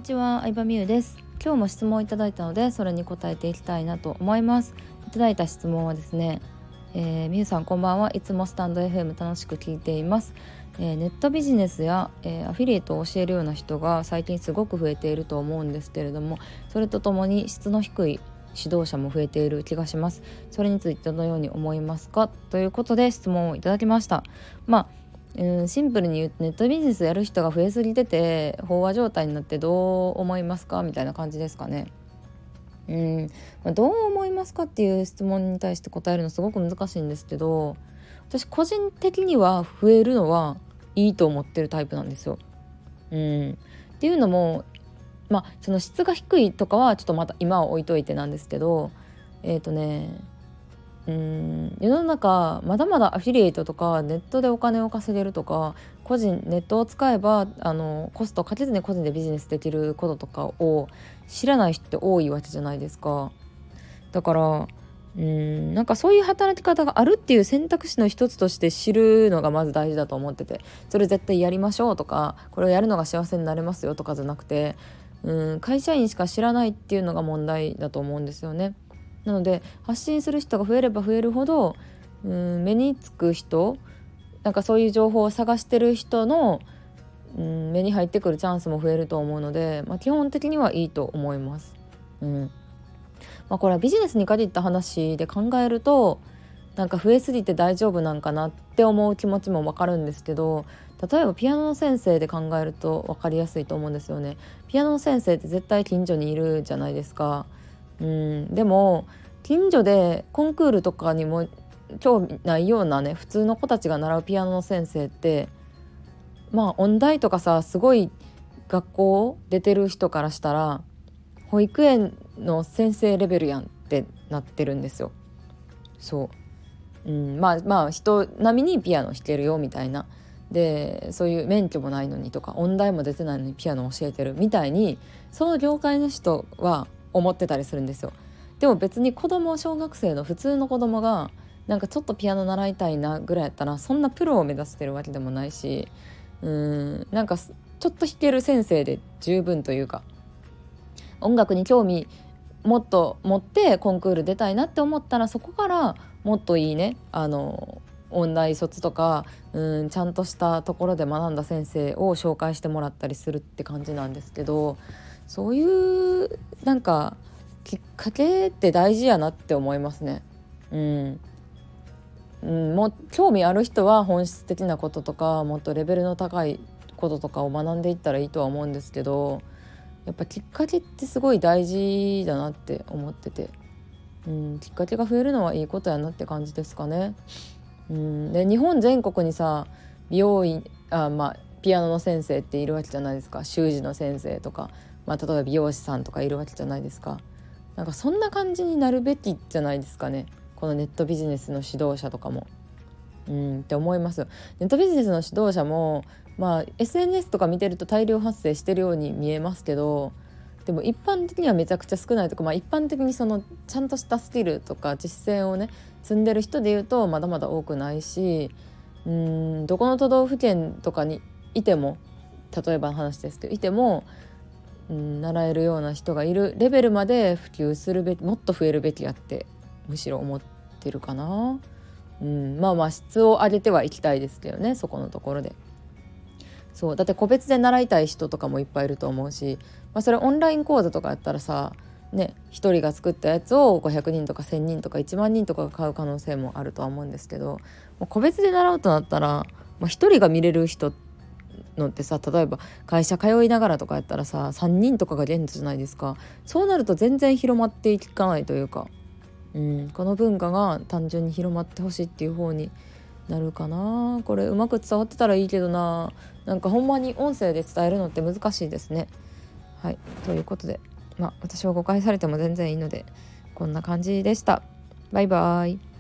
にちは、相葉美優です。今日も質問いただいたので、それに答えていきたいなと思います。いただいた質問はですね、美優さんこんばんは。いつもスタンド FM 楽しく聞いています。ネットビジネスや、アフィリエイトを教えるような人が最近すごく増えていると思うんですけれども、それとともに質の低い指導者も増えている気がします。それについてどのように思いますか、ということで質問をいただきました。シンプルに言うと、ネットビジネスやる人が増えすぎてて飽和状態になってどう思いますかみたいな感じですかね。どう思いますかっていう質問に対して答えるのすごく難しいんですけど、私個人的には増えるのはいいと思ってるタイプなんですよ。っていうのも、その質が低いとかはちょっとまた今は置いといてなんですけど、世の中まだまだアフィリエイトとかネットでお金を稼げるとか、ネットを使えばコストかけずに個人でビジネスできることとかを知らない人って多いわけじゃないですか。だからなんかそういう働き方があるっていう選択肢の一つとして知るのがまず大事だと思ってて、それ絶対やりましょうとか、これをやるのが幸せになれますよとかじゃなくて、会社員しか知らないっていうのが問題だと思うんですよね。なので発信する人が増えれば増えるほど、目につく人、なんかそういう情報を探してる人の、目に入ってくるチャンスも増えると思うので、基本的にはいいと思います。これはビジネスに限った話で考えると、なんか増えすぎて大丈夫なんかなって思う気持ちもわかるんですけど、例えばピアノの先生で考えると分かりやすいと思うんですよね。ピアノの先生って絶対近所にいるじゃないですか。でも近所でコンクールとかにも興味ないようなね、普通の子たちが習うピアノの先生って、音大とかさ、すごい学校出てる人からしたら保育園の先生レベルやんってなってるんですよ。そう、人並みにピアノ弾けるよみたいな、でそういう免許もないのにとか音大も出てないのにピアノを教えてるみたいに、その業界の人は思ってたりするんですよ。でも別に小学生の普通の子供がなんかちょっとピアノ習いたいなぐらいやったら、そんなプロを目指してるわけでもないし、なんかちょっと弾ける先生で十分というか、音楽に興味もっと持ってコンクール出たいなって思ったら、そこからもっといいね、音大卒とかちゃんとしたところで学んだ先生を紹介してもらったりするって感じなんですけど、そういうなんかきっかけって大事やなって思いますね。もう興味ある人は本質的なこととか、もっとレベルの高いこととかを学んでいったらいいとは思うんですけど、やっぱきっかけってすごい大事だなって思ってて、きっかけが増えるのはいいことやなって感じですかね。で日本全国にさ、美容院ピアノの先生っているわけじゃないですか。習字の先生とか、例えば美容師さんとかいるわけじゃないですか。なんかそんな感じになるべきじゃないですかね、このネットビジネスの指導者とかも。って思いますよ。ネットビジネスの指導者も、SNS とか見てると大量発生してるように見えますけど、でも一般的にはめちゃくちゃ少ないとか、一般的にそのちゃんとしたスキルとか実践をね積んでる人でいうとまだまだ多くないし、どこの都道府県とかにいても、例えばの話ですけどいても、習えるような人がいるレベルまで普及するべき、もっと増えるべきやってむしろ思ってるかな。質を上げてはいきたいですけどね、そこのところで。そうだって個別で習いたい人とかもいっぱいいると思うし、それオンライン講座とかやったらさね、1人が作ったやつを500人とか1000人とか1万人とかが買う可能性もあるとは思うんですけど、もう個別で習うとなったら、1人が見れる人のってさ、例えば会社通いながらとかやったらさ3人とかが限度じゃないですか。そうなると全然広まっていかないというか、この文化が単純に広まってほしいっていう方になるかな。これうまく伝わってたらいいけどな。なんかほんまに音声で伝えるのって難しいですね。はい、ということで、私は誤解されても全然いいのでこんな感じでした。バイバイ。